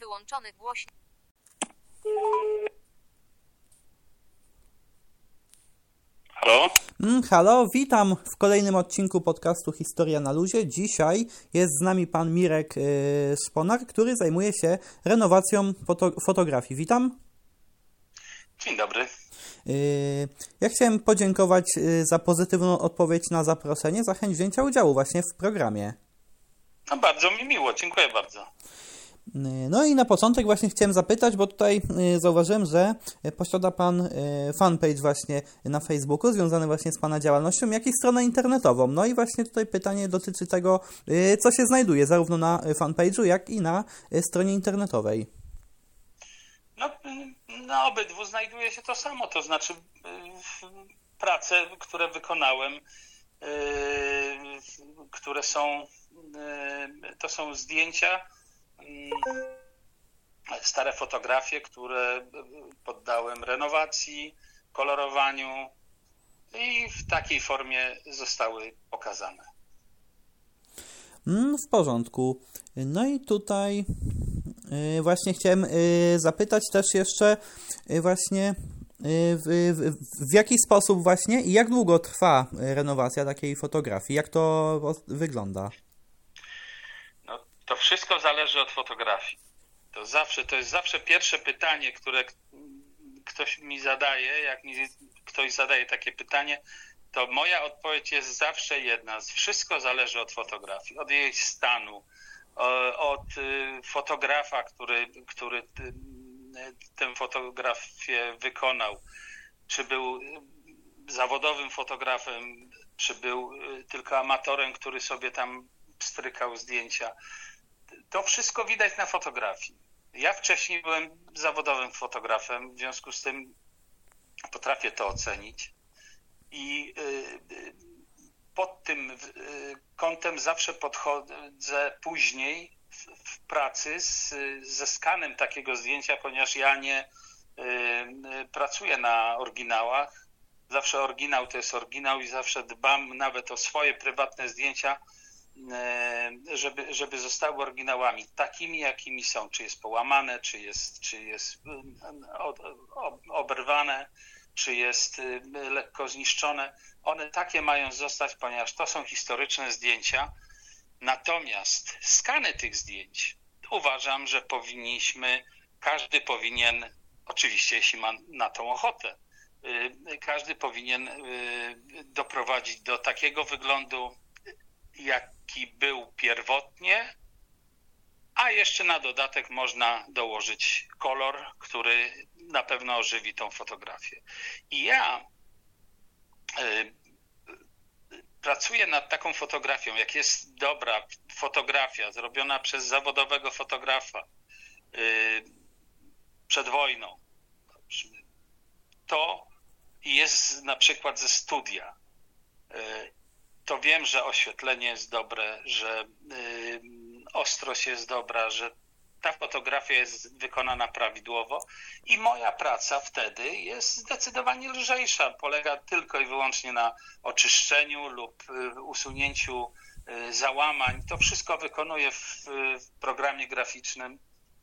wyłączony głośnik. Halo? Halo, witam w kolejnym odcinku podcastu Historia na luzie. Dzisiaj jest z nami pan Mirek Szponar, który zajmuje się renowacją fotografii. Witam. Dzień dobry. Ja chciałem podziękować za pozytywną odpowiedź na zaproszenie, za chęć wzięcia udziału właśnie w programie. No bardzo mi miło, dziękuję bardzo. No i na początek właśnie chciałem zapytać, bo tutaj zauważyłem, że posiada pan fanpage właśnie na Facebooku związany właśnie z pana działalnością, jak i stronę internetową. No i właśnie tutaj pytanie dotyczy tego, co się znajduje zarówno na fanpage'u, jak i na stronie internetowej. No, na obydwu znajduje się to samo, to znaczy prace, które wykonałem, które są, to są zdjęcia, stare fotografie, które poddałem renowacji, kolorowaniu i w takiej formie zostały pokazane. W porządku. No i tutaj właśnie chciałem zapytać też jeszcze właśnie w jaki sposób właśnie i jak długo trwa renowacja takiej fotografii? Jak to wygląda? No, to wszystko zależy od fotografii. To jest zawsze pierwsze pytanie, które ktoś mi zadaje. Jak mi ktoś zadaje takie pytanie, to moja odpowiedź jest zawsze jedna. Wszystko zależy od fotografii, od jej stanu, od fotografa, który tę fotografię wykonał. Czy był zawodowym fotografem, czy był tylko amatorem, który sobie tam pstrykał zdjęcia. To wszystko widać na fotografii. Ja wcześniej byłem zawodowym fotografem, w związku z tym potrafię to ocenić. I pod tym kątem zawsze podchodzę później w pracy ze skanem takiego zdjęcia, ponieważ ja nie pracuję na oryginałach. Zawsze oryginał to jest oryginał i zawsze dbam nawet o swoje prywatne zdjęcia, żeby zostały oryginałami, takimi jakimi są, czy jest połamane, czy jest oberwane, czy jest lekko zniszczone. One takie mają zostać, ponieważ to są historyczne zdjęcia. Natomiast skany tych zdjęć uważam, że każdy powinien, oczywiście jeśli ma na tą ochotę, każdy powinien doprowadzić do takiego wyglądu, jaki był pierwotnie, a jeszcze na dodatek można dołożyć kolor, który na pewno ożywi tą fotografię. I ja pracuję nad taką fotografią, jak jest dobra fotografia zrobiona przez zawodowego fotografa przed wojną. To jest na przykład ze studia. To wiem, że oświetlenie jest dobre, że ostrość jest dobra, że ta fotografia jest wykonana prawidłowo i moja praca wtedy jest zdecydowanie lżejsza. Polega tylko i wyłącznie na oczyszczeniu lub usunięciu załamań. To wszystko wykonuję w programie graficznym.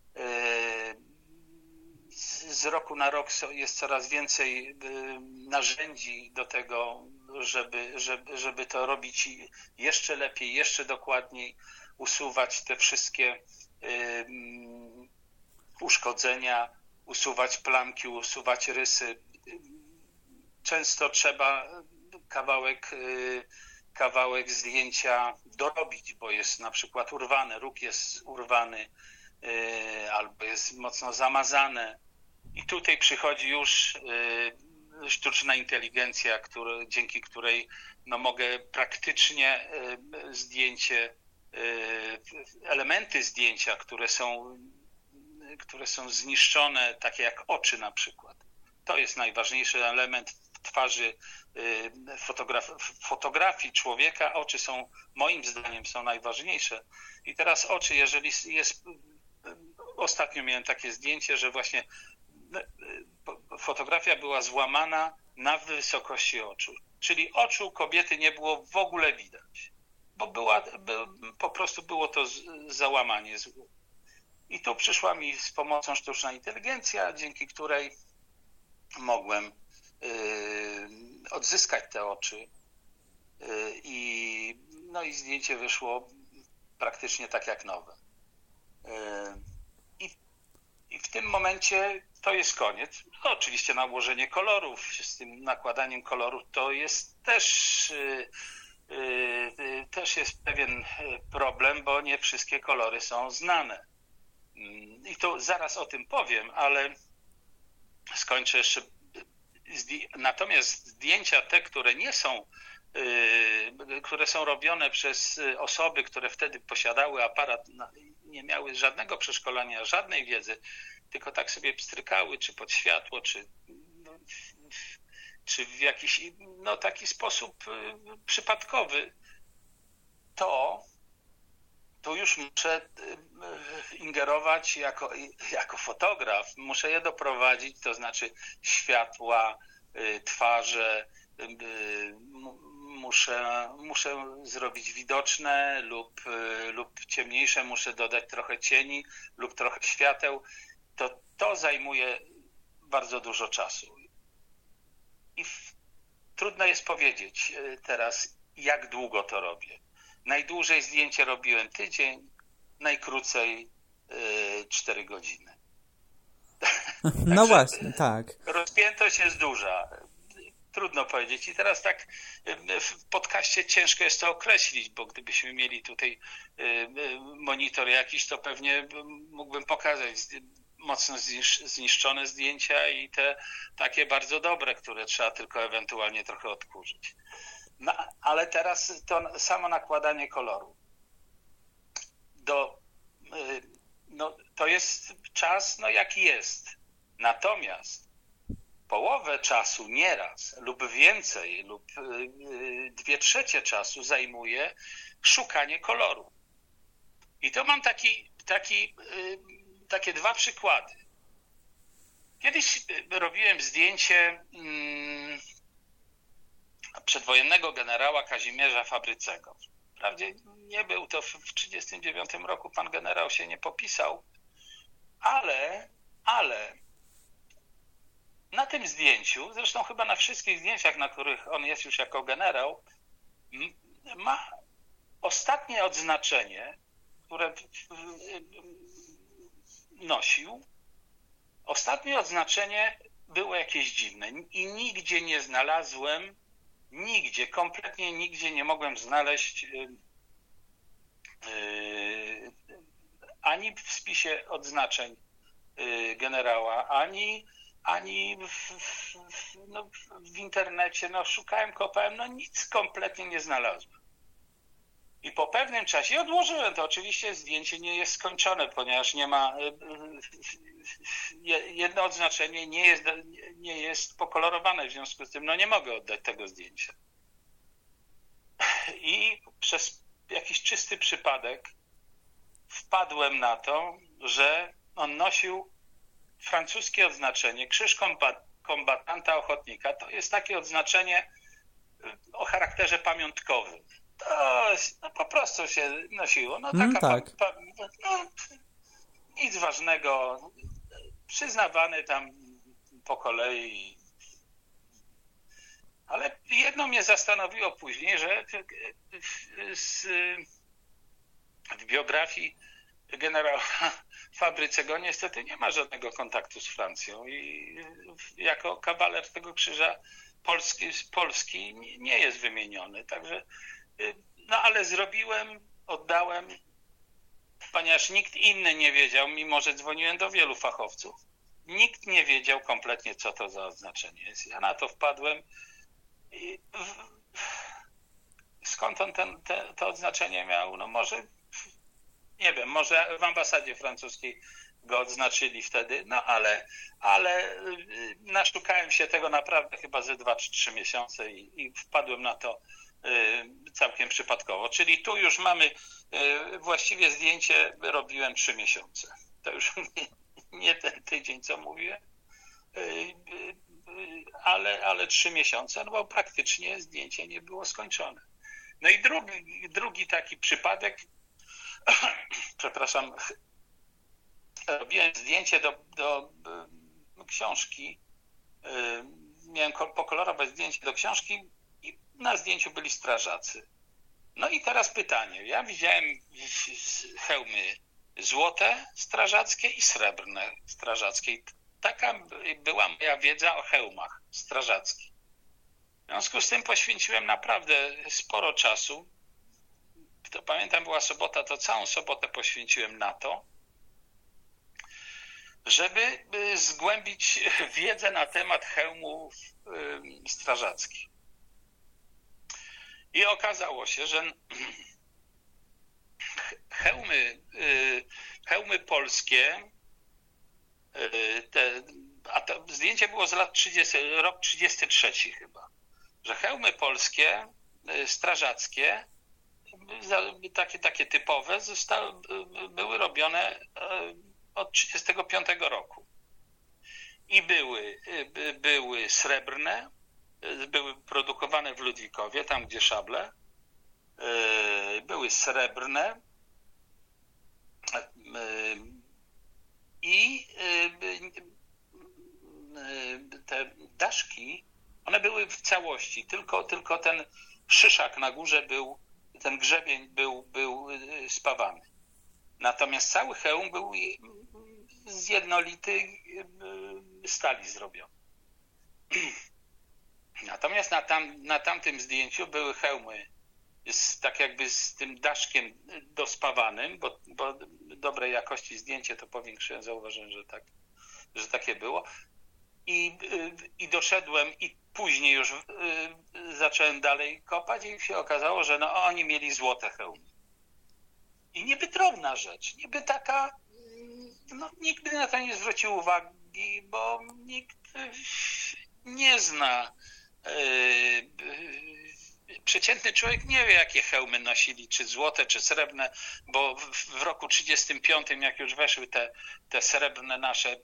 Z roku na rok jest coraz więcej narzędzi do tego, żeby to robić jeszcze lepiej, jeszcze dokładniej, usuwać te wszystkie uszkodzenia, usuwać plamki, usuwać rysy. Często trzeba kawałek zdjęcia dorobić, bo jest na przykład urwany, róg jest urwany albo jest mocno zamazane. I tutaj przychodzi już sztuczna inteligencja, dzięki której mogę praktycznie elementy zdjęcia, które są zniszczone, takie jak oczy na przykład. To jest najważniejszy element w twarzy fotografii człowieka. Oczy są, moim zdaniem, są najważniejsze. I teraz oczy, jeżeli jest... Ostatnio miałem takie zdjęcie, że właśnie fotografia była złamana na wysokości oczu. Czyli oczu kobiety nie było w ogóle widać, bo po prostu było to załamanie. I tu przyszła mi z pomocą sztuczna inteligencja, dzięki której mogłem odzyskać te oczy i zdjęcie wyszło praktycznie tak jak nowe. I w tym momencie to jest koniec. No, oczywiście nałożenie kolorów, z tym nakładaniem kolorów to jest też jest pewien problem, bo nie wszystkie kolory są znane. I to zaraz o tym powiem, ale skończę jeszcze. Natomiast zdjęcia te, które są robione przez osoby, które wtedy posiadały aparat, nie miały żadnego przeszkolenia, żadnej wiedzy, tylko tak sobie pstrykały, czy pod światło, czy w jakiś taki sposób przypadkowy, to już muszę ingerować jako fotograf, muszę je doprowadzić, to znaczy światła, twarze, muszę zrobić widoczne lub ciemniejsze, muszę dodać trochę cieni lub trochę świateł. To zajmuje bardzo dużo czasu. I trudno jest powiedzieć teraz, jak długo to robię. Najdłużej zdjęcie robiłem tydzień, najkrócej 4 godziny. No właśnie, tak. Rozpiętość jest duża. Trudno powiedzieć. I teraz tak w podcaście ciężko jest to określić, bo gdybyśmy mieli tutaj monitor jakiś, to pewnie mógłbym pokazać mocno zniszczone zdjęcia i te takie bardzo dobre, które trzeba tylko ewentualnie trochę odkurzyć. No, ale teraz to samo nakładanie koloru. To jest czas, jaki jest. Natomiast połowę czasu nieraz lub więcej lub 2/3 czasu zajmuje szukanie koloru. I to mam takie 2 przykłady. Kiedyś robiłem zdjęcie przedwojennego generała Kazimierza Fabrycego. Wprawdzie nie był to w 1939 roku, pan generał się nie popisał, ale na tym zdjęciu, zresztą chyba na wszystkich zdjęciach, na których on jest już jako generał, ma ostatnie odznaczenie, które nosił. Ostatnie odznaczenie było jakieś dziwne i nigdzie nie znalazłem, kompletnie nigdzie nie mogłem znaleźć ani w spisie odznaczeń generała, ani w internecie. Szukałem, kopałem, nic kompletnie nie znalazłem. I po pewnym czasie odłożyłem to. Oczywiście zdjęcie nie jest skończone, ponieważ nie ma... Jedno odznaczenie nie jest pokolorowane, w związku z tym nie mogę oddać tego zdjęcia. I przez jakiś czysty przypadek wpadłem na to, że on nosił francuskie odznaczenie, krzyż kombatanta ochotnika. To jest takie odznaczenie o charakterze pamiątkowym. To po prostu się nosiło. Tak. Nic ważnego. Przyznawany tam po kolei. Ale jedno mnie zastanowiło później, że w biografii generała Fabrycego niestety nie ma żadnego kontaktu z Francją i jako kawaler tego krzyża Polski nie jest wymieniony. Także, ale oddałem, ponieważ nikt inny nie wiedział, mimo że dzwoniłem do wielu fachowców, nikt nie wiedział kompletnie, co to za oznaczenie jest. Ja na to wpadłem i skąd on to odznaczenie miał? Może, nie wiem, może w ambasadzie francuskiej go odznaczyli wtedy, ale naszukałem się tego naprawdę chyba ze 2 czy 3 miesiące i wpadłem na to całkiem przypadkowo. Czyli tu już mamy właściwie zdjęcie robiłem 3 miesiące. To już nie ten tydzień, co mówię, ale 3 miesiące, bo praktycznie zdjęcie nie było skończone. No i drugi taki przypadek, przepraszam, robiłem zdjęcie do książki, miałem pokolorować zdjęcie do książki i na zdjęciu byli strażacy. No i teraz pytanie. Ja widziałem hełmy złote strażackie i srebrne strażackie. Taka była moja wiedza o hełmach strażackich. W związku z tym poświęciłem naprawdę sporo czasu. To pamiętam, była sobota, to całą sobotę poświęciłem na to, żeby zgłębić wiedzę na temat hełmów strażackich. I okazało się, że hełmy polskie, a to zdjęcie było z lat 30, rok 33 chyba, że hełmy polskie, strażackie, takie typowe, były robione od 35 roku. I były srebrne, były produkowane w Ludwikowie, tam gdzie Szable, były srebrne i te daszki, one były w całości, tylko ten szyszak na górze był, ten grzebień był spawany. Natomiast cały hełm był z jednolitej stali zrobiony. Natomiast na tamtym zdjęciu były hełmy tak jakby z tym daszkiem dospawanym, bo dobrej jakości zdjęcie to powiększyłem, zauważyłem, że takie było. I doszedłem i później już zacząłem dalej kopać i się okazało, że oni mieli złote hełmy. I niby drobna rzecz, niby taka, nikt by na to nie zwrócił uwagi, bo nikt nie zna. Przeciętny człowiek nie wie, jakie hełmy nosili, czy złote, czy srebrne, bo w roku 35, jak już weszły te srebrne nasze,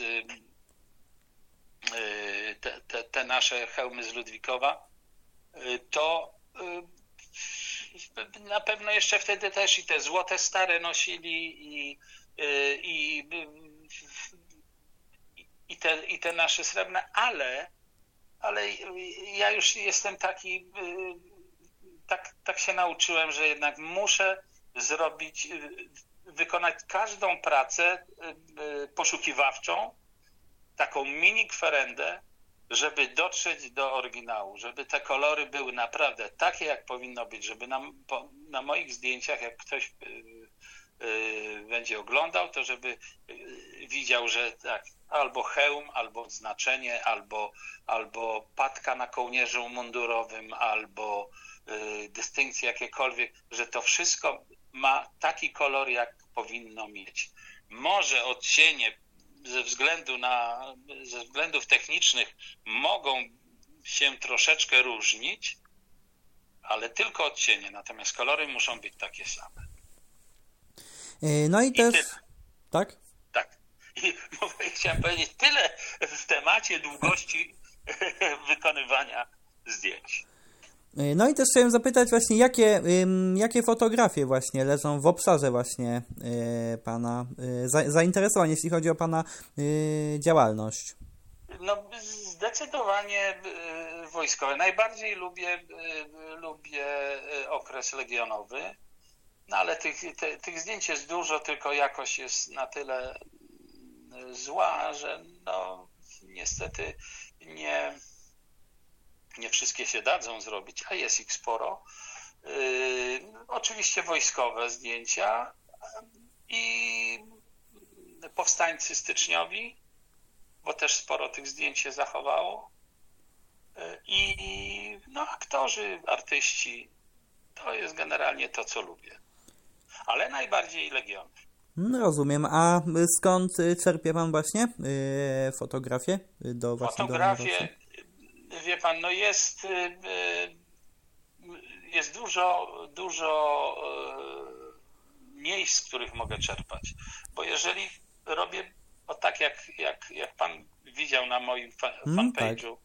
te nasze hełmy z Ludwikowa, to na pewno jeszcze wtedy też i te złote stare nosili i te nasze srebrne, ale ja już jestem taki, tak się nauczyłem, że jednak muszę wykonać każdą pracę poszukiwawczą, taką mini kwerendę, żeby dotrzeć do oryginału, żeby te kolory były naprawdę takie, jak powinno być, żeby na moich zdjęciach, jak ktoś będzie oglądał, to żeby widział, że tak, albo hełm, albo odznaczenie, albo patka na kołnierzu mundurowym, albo dystynkcje jakiekolwiek, że to wszystko ma taki kolor, jak powinno mieć. Może odcienie ze względów technicznych mogą się troszeczkę różnić, ale tylko odcienie, natomiast kolory muszą być takie same. No i też... Tak? Tak. I chciałem powiedzieć tyle w temacie długości wykonywania zdjęć. No i też chciałem zapytać właśnie, jakie fotografie właśnie leżą w obszarze właśnie pana zainteresowań, jeśli chodzi o pana działalność? No zdecydowanie wojskowe. Najbardziej lubię okres legionowy, no ale tych zdjęć jest dużo, tylko jakość jest na tyle zła, że niestety nie wszystkie się dadzą zrobić, a jest ich sporo. Oczywiście wojskowe zdjęcia i powstańcy styczniowi, bo też sporo tych zdjęć się zachowało. I aktorzy, artyści, to jest generalnie to, co lubię. Ale najbardziej Legion. Rozumiem. A skąd czerpie pan właśnie fotografię do własnej Fotografię, wie pan, jest dużo miejsc, z których mogę czerpać. Bo jeżeli robię tak, jak pan widział na moim fanpage'u,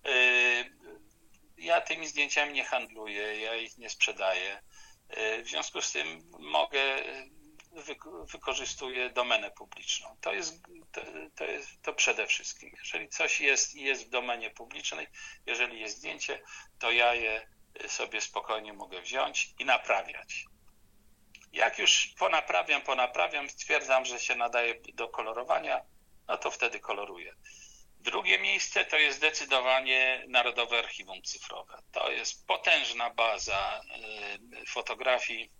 ja tymi zdjęciami nie handluję, ja ich nie sprzedaję. W związku z tym mogę wykorzystuje domenę publiczną. To przede wszystkim. Jeżeli coś jest w domenie publicznej, jeżeli jest zdjęcie, to ja je sobie spokojnie mogę wziąć i naprawiać. Jak już ponaprawiam, stwierdzam, że się nadaje do kolorowania, no to wtedy koloruję. Drugie miejsce to jest zdecydowanie Narodowe Archiwum Cyfrowe. To jest potężna baza fotografii,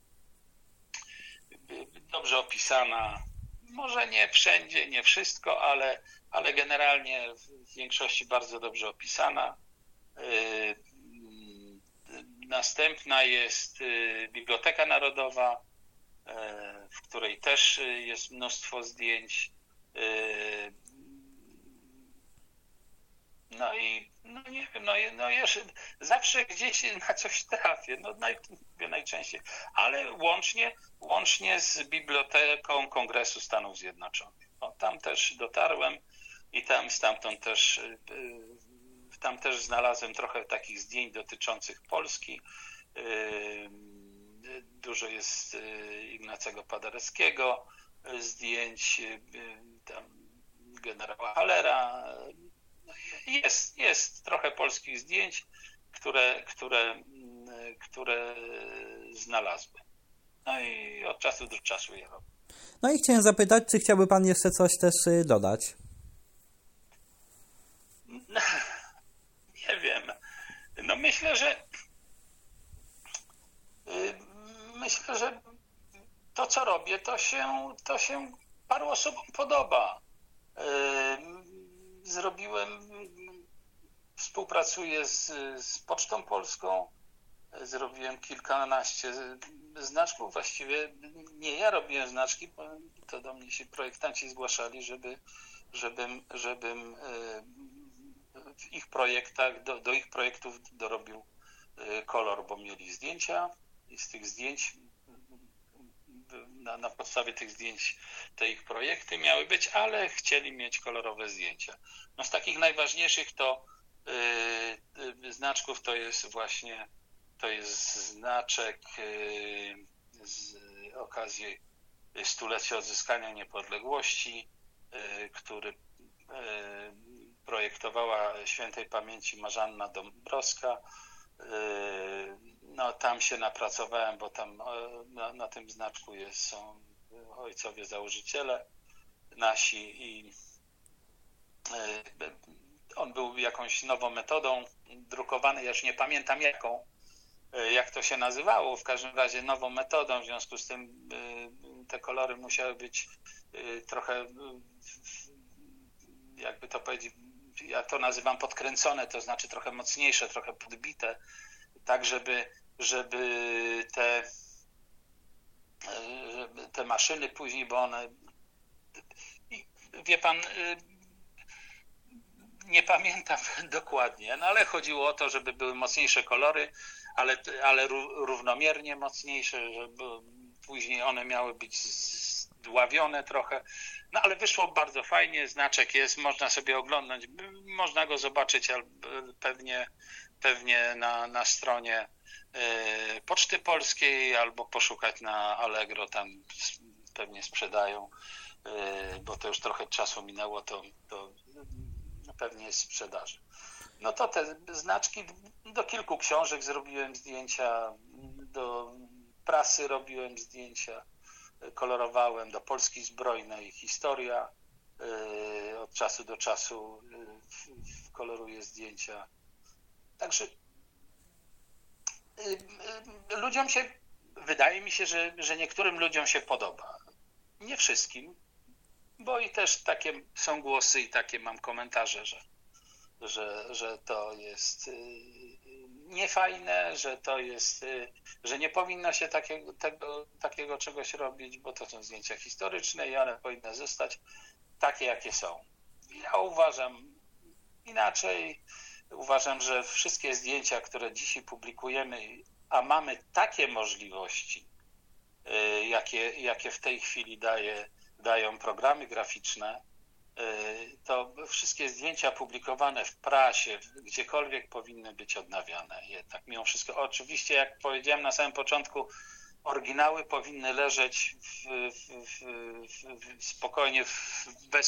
dobrze opisana. Może nie wszędzie, nie wszystko, ale generalnie w większości bardzo dobrze opisana. Następna jest Biblioteka Narodowa, w której też jest mnóstwo zdjęć. Nie wiem, jeszcze zawsze gdzieś na coś trafię, najczęściej, ale łącznie z Biblioteką Kongresu Stanów Zjednoczonych. Tam też dotarłem i tam też znalazłem trochę takich zdjęć dotyczących Polski. Dużo jest Ignacego Paderewskiego, zdjęć tam generała Hallera. Jest trochę polskich zdjęć, które znalazłem. No i od czasu do czasu je robię. No i chciałem zapytać, czy chciałby pan jeszcze coś też dodać? Nie wiem. Myślę, że to, co robię, to się paru osobom podoba. Współpracuję z Pocztą Polską, zrobiłem kilkanaście znaczków, właściwie nie ja robiłem znaczki, to do mnie się projektanci zgłaszali, żebym w ich projektach, do ich projektów dorobił kolor, bo mieli zdjęcia i z tych zdjęć, na podstawie tych zdjęć te ich projekty miały być, ale chcieli mieć kolorowe zdjęcia. Z takich najważniejszych znaczków to jest znaczek z okazji stulecia odzyskania niepodległości, który projektowała świętej pamięci Marzanna Dąbrowska. Tam się napracowałem, bo tam na tym znaczku są ojcowie założyciele nasi i on był jakąś nową metodą drukowany, ja już nie pamiętam jak to się nazywało, w każdym razie nową metodą, w związku z tym te kolory musiały być trochę, jakby to powiedzieć, ja to nazywam podkręcone, to znaczy trochę mocniejsze, trochę podbite, tak żeby te maszyny później, bo one, wie pan, nie pamiętam dokładnie, ale chodziło o to, żeby były mocniejsze kolory, ale równomiernie mocniejsze, żeby później one miały być zdławione trochę, ale wyszło bardzo fajnie, znaczek jest, można sobie oglądać, można go zobaczyć pewnie na stronie Poczty Polskiej albo poszukać na Allegro, tam pewnie sprzedają, bo to już trochę czasu minęło, to pewnie jest w sprzedaży. To te znaczki, do kilku książek zrobiłem zdjęcia, do prasy robiłem zdjęcia, kolorowałem, do Polski Zbrojnej historia, od czasu do czasu koloruję zdjęcia. Także ludziom się, wydaje mi się, że niektórym ludziom się podoba. Nie wszystkim, bo i też takie są głosy i takie mam komentarze, że to jest niefajne, że nie powinno się takiego czegoś robić, bo to są zdjęcia historyczne i one powinny zostać takie, jakie są. Ja uważam inaczej. Uważam, że wszystkie zdjęcia, które dzisiaj publikujemy, a mamy takie możliwości, jakie w tej chwili dają programy graficzne, to wszystkie zdjęcia publikowane w prasie, gdziekolwiek powinny być odnawiane. Jednak mimo wszystko, oczywiście jak powiedziałem na samym początku, oryginały powinny leżeć spokojnie w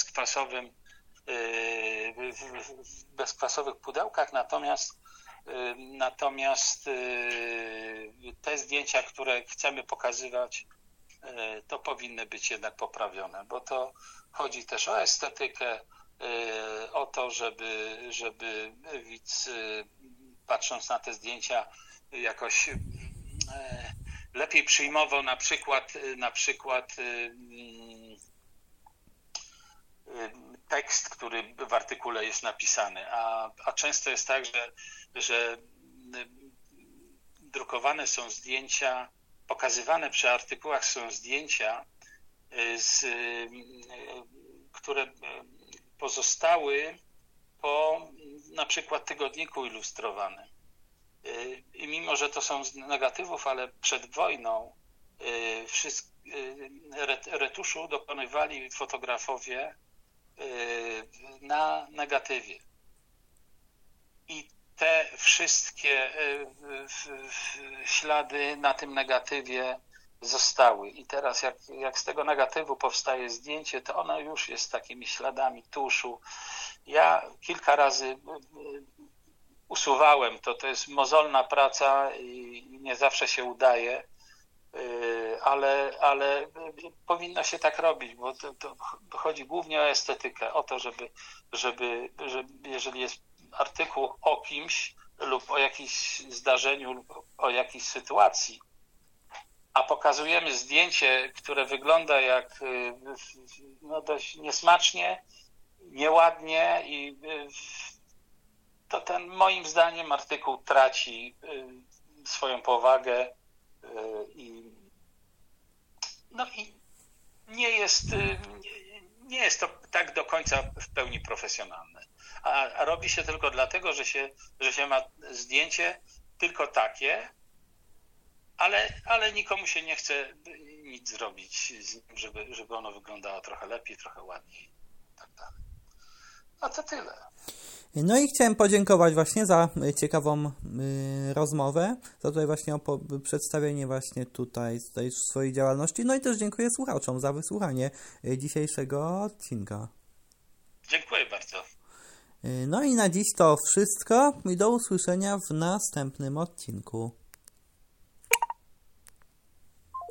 bezkwasowych pudełkach, natomiast te zdjęcia, które chcemy pokazywać, to powinny być jednak poprawione, bo to chodzi też o estetykę, o to, żeby widz, patrząc na te zdjęcia, jakoś lepiej przyjmował na przykład tekst, który w artykule jest napisany, a często jest tak, że drukowane są zdjęcia, pokazywane przy artykułach są zdjęcia, które pozostały po na przykład tygodniku ilustrowanym. I mimo, że to są z negatywów, ale przed wojną retuszu dokonywali fotografowie na negatywie. I te wszystkie ślady na tym negatywie zostały. I teraz jak z tego negatywu powstaje zdjęcie, to ono już jest takimi śladami tuszu. Ja kilka razy usuwałem to jest mozolna praca i nie zawsze się udaje, ale powinno się tak robić, bo to chodzi głównie o estetykę, o to, żeby jeżeli jest artykuł o kimś lub o jakimś zdarzeniu lub o jakiejś sytuacji, a pokazujemy zdjęcie, które wygląda jak dość niesmacznie, nieładnie, i to ten, moim zdaniem, artykuł traci swoją powagę i nie jest to tak do końca w pełni profesjonalne. A robi się tylko dlatego, że się ma zdjęcie tylko takie, ale nikomu się nie chce nic zrobić z nim, żeby ono wyglądało trochę lepiej, trochę ładniej i tak dalej. No to tyle. No i chciałem podziękować właśnie za ciekawą rozmowę, za tutaj właśnie przedstawienie właśnie tutaj swojej działalności. No i też dziękuję słuchaczom za wysłuchanie dzisiejszego odcinka. Dziękuję bardzo. No i na dziś to wszystko i do usłyszenia w następnym odcinku.